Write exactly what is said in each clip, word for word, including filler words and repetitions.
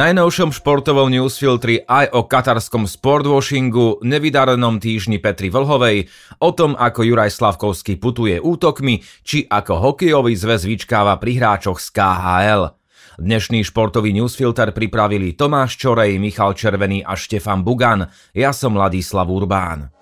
najnovšom športovom newsfiltri aj o katarskom sportwashingu, nevydarenom týždni Petry Vlhovej, o tom, ako Juraj Slavkovský putuje útokmi, či ako hokejový zväz vyčkáva pri hráčoch z ká há el. Dnešný športový newsfilter pripravili Tomáš Čorej, Michal Červený a Štefan Bugan. Ja som Ladislav Urbán.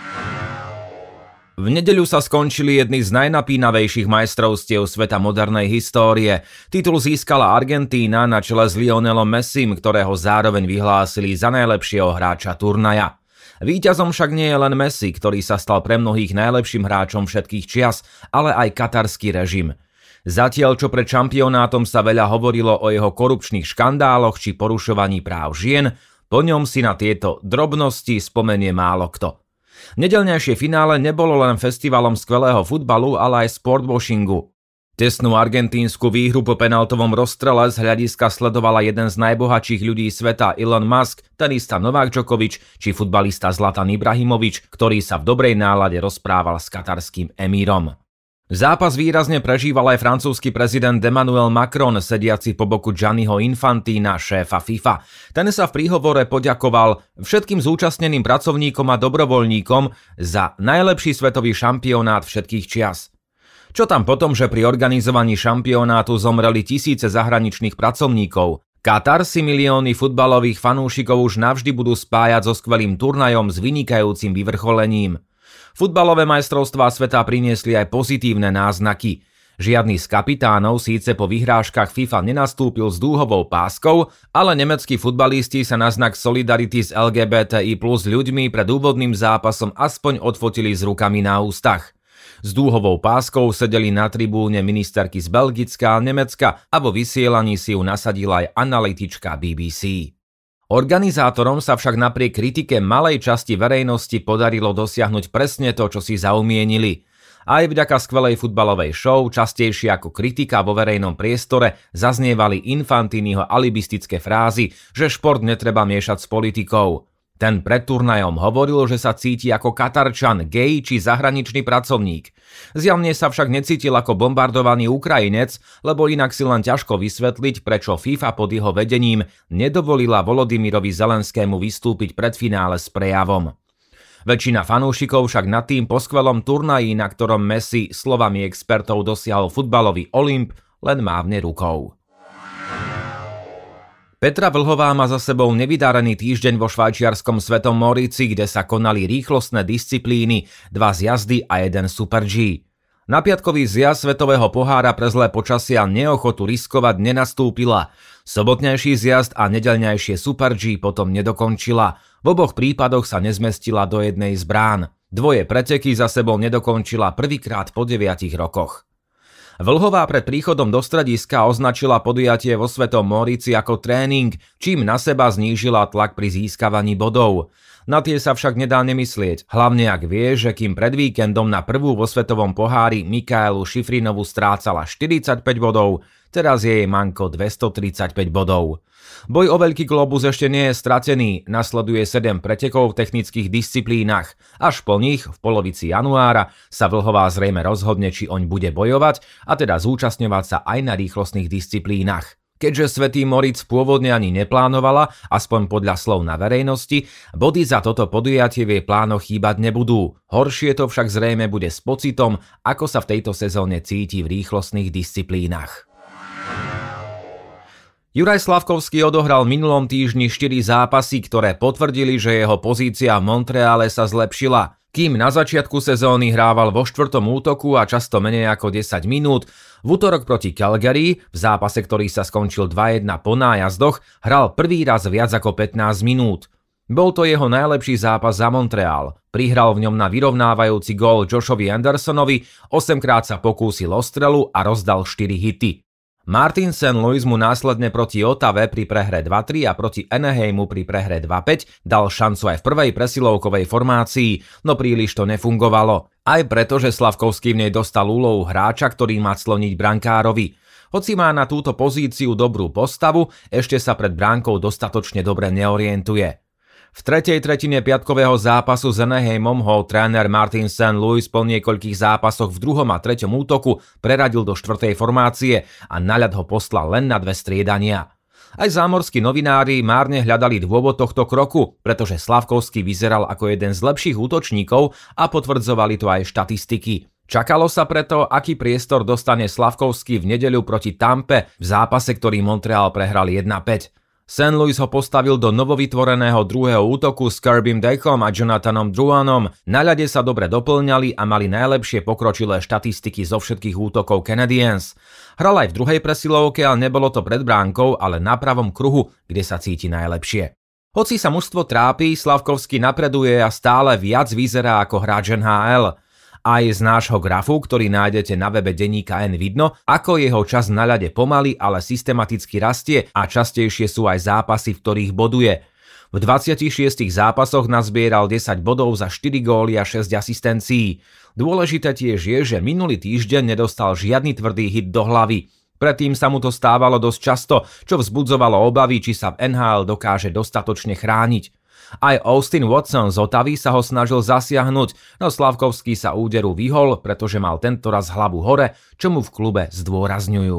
V nedeľu sa skončili jedny z najnapínavejších majstrovstiev sveta modernej histórie. Titul získala Argentína na čele s Lionelom Messim, ktorého zároveň vyhlásili za najlepšieho hráča turnaja. Víťazom však nie je len Messi, ktorý sa stal pre mnohých najlepším hráčom všetkých čias, ale aj katarský režim. Zatiaľ, čo pred šampionátom sa veľa hovorilo o jeho korupčných škandáloch či porušovaní práv žien, po ňom si na tieto drobnosti spomenie málo kto. Nedeľnejšie finále nebolo len festivalom skvelého futbalu, ale aj sportwashingu. Tesnú argentínsku výhru po penaltovom rozstrele z hľadiska sledovala jeden z najbohatších ľudí sveta Elon Musk, tenista Novák Djokovic či futbalista Zlatan Ibrahimovič, ktorý sa v dobrej nálade rozprával s katarským emírom. Zápas výrazne prežíval aj francúzsky prezident Emmanuel Macron, sediaci po boku Gianniho Infantina, šéfa FIFA. Ten sa v príhovore poďakoval všetkým zúčastneným pracovníkom a dobrovoľníkom za najlepší svetový šampionát všetkých čias. Čo tam potom, že pri organizovaní šampionátu zomreli tisíce zahraničných pracovníkov? Katar si milióny futbalových fanúšikov už navždy budú spájať so skvelým turnajom s vynikajúcim vyvrcholením. Futbalové majstrovstvá sveta priniesli aj pozitívne náznaky. Žiadny z kapitánov síce po vyhrážkach FIFA nenastúpil s dúhovou páskou, ale nemeckí futbalisti sa na znak solidarity s el gé bé té í plus ľuďmi pred úvodným zápasom aspoň odfotili s rukami na ústach. S dúhovou páskou sedeli na tribúne ministerky z Belgicka a Nemecka a vo vysielaní si ju nasadila aj analytička bé bé cé. Organizátorom sa však napriek kritike malej časti verejnosti podarilo dosiahnuť presne to, čo si zaumienili. Aj vďaka skvelej futbalovej show, častejšie ako kritika vo verejnom priestore, zaznievali Infantiniho alibistické frázy, že šport netreba miešať s politikou. Ten pred turnajom hovoril, že sa cíti ako Katarčan, gej či zahraničný pracovník. Zjavne sa však necítil ako bombardovaný Ukrajinec, lebo inak si len ťažko vysvetliť, prečo FIFA pod jeho vedením nedovolila Volodymyrovi Zelenskému vystúpiť pred finále s prejavom. Väčšina fanúšikov však nad tým poskvelom turnaji, na ktorom Messi slovami expertov dosiahol futbalový Olymp, len mávne rukou. Petra Vlhová má za sebou nevydarený týždeň vo švajčiarskom Svetom Moríci, kde sa konali rýchlostné disciplíny, dva zjazdy a jeden Super G. Na piatkový zjazd Svetového pohára pre zlé počasie a neochotu riskovať nenastúpila. Sobotnejší zjazd a nedeľnejšie Super G potom nedokončila. V oboch prípadoch sa nezmestila do jednej z brán. Dvoje preteky za sebou nedokončila prvýkrát po deviatich rokoch. Vlhová pred príchodom do strediska označila podujatie vo Svetom Moríci ako tréning, čím na seba znížila tlak pri získavaní bodov. Na tie sa však nedá nemyslieť, hlavne ak vie, že kým pred víkendom na prvú vo Svetovom pohári Mikaelu Šifrinovu strácala štyridsaťpäť bodov, teraz je jej manko dvestotridsaťpäť bodov. Boj o veľký globus ešte nie je stratený, nasleduje sedem pretekov v technických disciplínach. Až po nich, v polovici januára, sa Vlhová zrejme rozhodne, či oň bude bojovať, a teda zúčastňovať sa aj na rýchlostných disciplínach. Keďže Svätý Moritz pôvodne ani neplánovala, aspoň podľa slov na verejnosti, body za toto podujatie v jej plánoch chýbať nebudú. Horšie to však zrejme bude s pocitom, ako sa v tejto sezóne cíti v rýchlostných disciplínach. Juraj Slavkovský odohral v minulom týždni štyri zápasy, ktoré potvrdili, že jeho pozícia v Montreale sa zlepšila. Kým na začiatku sezóny hrával vo štvrtom útoku a často menej ako desať minút, v utorok proti Calgary, v zápase, ktorý sa skončil dva jedna po nájazdoch, hral prvý raz viac ako pätnásť minút. Bol to jeho najlepší zápas za Montreal. Prihral v ňom na vyrovnávajúci gól Joshovi Andersonovi, osemkrát sa pokúsil o strelu a rozdal štyri hity. Martin Saint Louis mu následne proti Ottawe pri prehre dva tri a proti Anaheimu pri prehre dva päť dal šancu aj v prvej presilovkovej formácii, no príliš to nefungovalo. Aj preto, že Slavkovský v nej dostal úlohu hráča, ktorý má cloniť brankárovi. Hoci má na túto pozíciu dobrú postavu, ešte sa pred bránkou dostatočne dobre neorientuje. V tretej tretine piatkového zápasu s Anaheimom ho tréner Martin Saint Louis po niekoľkých zápasoch v druhom a treťom útoku preradil do štvrtej formácie a na ľad ho poslal len na dve striedania. Aj zámorskí novinári márne hľadali dôvod tohto kroku, pretože Slavkovský vyzeral ako jeden z lepších útočníkov a potvrdzovali to aj štatistiky. Čakalo sa preto, aký priestor dostane Slavkovský v nedeľu proti Tampe v zápase, ktorý Montreal prehral jedna päť. Saint Louis ho postavil do novovytvoreného druhého útoku s Kirbym Dachom a Jonathanom Drouinom. Na ľade sa dobre doplňali a mali najlepšie pokročilé štatistiky zo všetkých útokov Canadiens. Hral aj v druhej presilovke, ale nebolo to pred bránkou, ale na pravom kruhu, kde sa cíti najlepšie. Hoci sa mužstvo trápi, Slavkovský napreduje a stále viac vyzerá ako hráč en há el. Aj z nášho grafu, ktorý nájdete na webe denníka N, vidno, ako jeho čas na ľade pomaly, ale systematicky rastie a častejšie sú aj zápasy, v ktorých boduje. V dvadsiatich šiestich zápasoch nazbieral desať bodov za štyri góly a šesť asistencií. Dôležité tiež je, že minulý týždeň nedostal žiadny tvrdý hit do hlavy. Predtým sa mu to stávalo dosť často, čo vzbudzovalo obavy, či sa v en há el dokáže dostatočne chrániť. Aj Austin Watson z Ottavy sa ho snažil zasiahnuť, no Slavkovský sa úderu vyhol, pretože mal tento raz hlavu hore, čo mu v klube zdôrazňujú.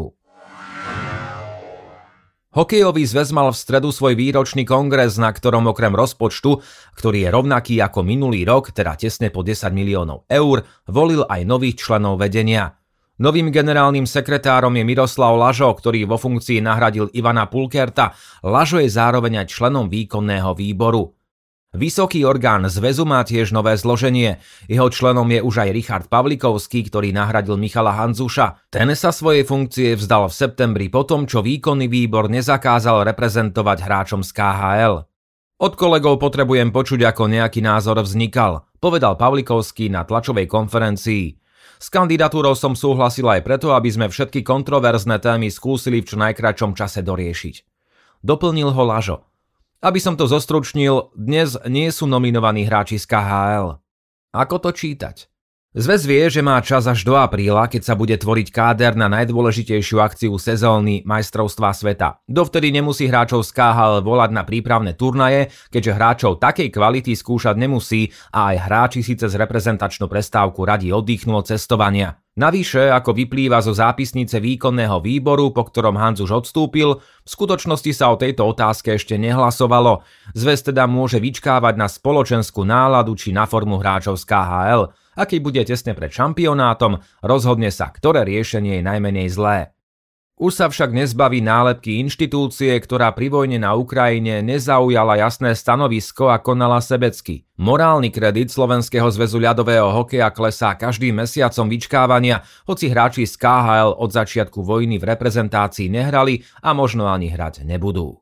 Hokejový zväz mal v stredu svoj výročný kongres, na ktorom okrem rozpočtu, ktorý je rovnaký ako minulý rok, teda tesne po desať miliónov eur, volil aj nových členov vedenia. Novým generálnym sekretárom je Miroslav Lažo, ktorý vo funkcii nahradil Ivana Pulkerta. Lažo je zároveň aj členom výkonného výboru. Vysoký orgán zväzu má tiež nové zloženie. Jeho členom je už aj Richard Pavlikovský, ktorý nahradil Michala Hanzuša. Ten sa svojej funkcie vzdal v septembri potom, čo výkonný výbor nezakázal reprezentovať hráčom z ká há el. Od kolegov potrebujem počuť, ako nejaký názor vznikal, povedal Pavlikovský na tlačovej konferencii. S kandidatúrou som súhlasil aj preto, aby sme všetky kontroverzné témy skúsili v čo najkratšom čase doriešiť. Doplnil ho Lažo. Aby som to zostručnil, dnes nie sú nominovaní hráči z ká há el. Ako to čítať? Zväz vie, že má čas až do apríla, keď sa bude tvoriť káder na najdôležitejšiu akciu sezóny majstrovstvá sveta. Dovtedy nemusí hráčov z ká há el volať na prípravné turnaje, keďže hráčov takej kvality skúšať nemusí a aj hráči si cez reprezentačnú prestávku radi oddychnú od cestovania. Navyše, ako vyplýva zo zápisnice výkonného výboru, po ktorom Hanzuš odstúpil, v skutočnosti sa o tejto otázke ešte nehlasovalo. Zväz teda môže vyčkávať na spoločenskú náladu či na formu hráčov z ká há el. A keď bude tesne pred šampionátom, rozhodne sa, ktoré riešenie je najmenej zlé. Už sa však nezbaví nálepky inštitúcie, ktorá pri vojne na Ukrajine nezaujala jasné stanovisko a konala sebecky. Morálny kredit Slovenského zväzu ľadového hokeja klesá každým mesiacom vyčkávania, hoci hráči z ká há el od začiatku vojny v reprezentácii nehrali a možno ani hrať nebudú.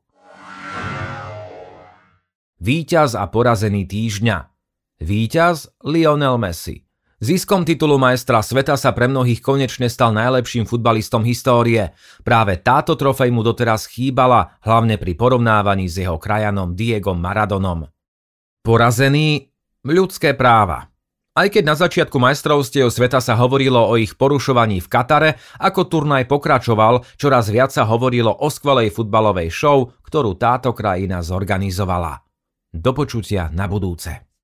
Víťaz a porazený týždňa. Víťaz Lionel Messi. Ziskom titulu majstra sveta sa pre mnohých konečne stal najlepším futbalistom histórie. Práve táto trofej mu doteraz chýbala, hlavne pri porovnávaní s jeho krajanom Diegom Maradonom. Porazený? Ľudské práva. Aj keď na začiatku majstrovstiev sveta sa hovorilo o ich porušovaní v Katare, ako turnaj pokračoval, čoraz viac sa hovorilo o skvelej futbalovej show, ktorú táto krajina zorganizovala. Do počutia na budúce.